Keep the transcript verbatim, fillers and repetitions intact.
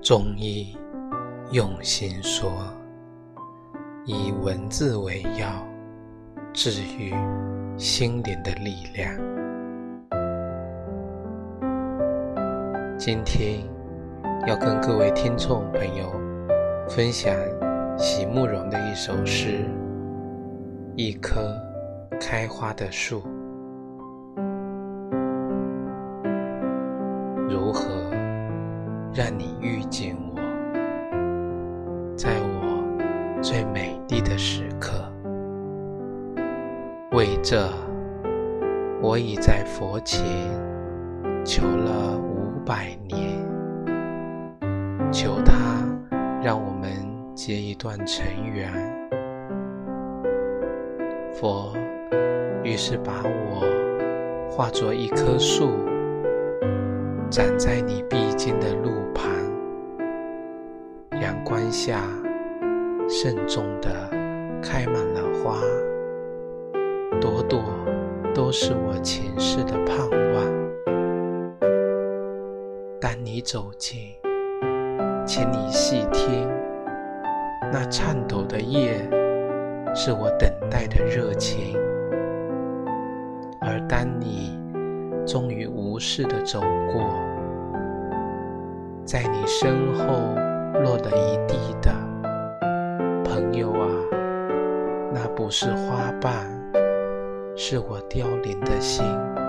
中医用心说，以文字为药，治愈心灵的力量。今天要跟各位听众朋友分享席慕容的一首诗《一棵开花的树》。如何让你遇见我，在我最美丽的时刻？为这，我已在佛前求了五百年，求他让我们结一段尘缘。佛于是把我化作一棵树，长在你必经的路旁，阳光下慎重地开满了花，朵朵都是我前世的盼望。当你走近，请你细听，那颤抖的叶是我等待的热情。而当你终于无视地走过，在你身后落了一地的，朋友啊，那不是花瓣，是我凋零的心。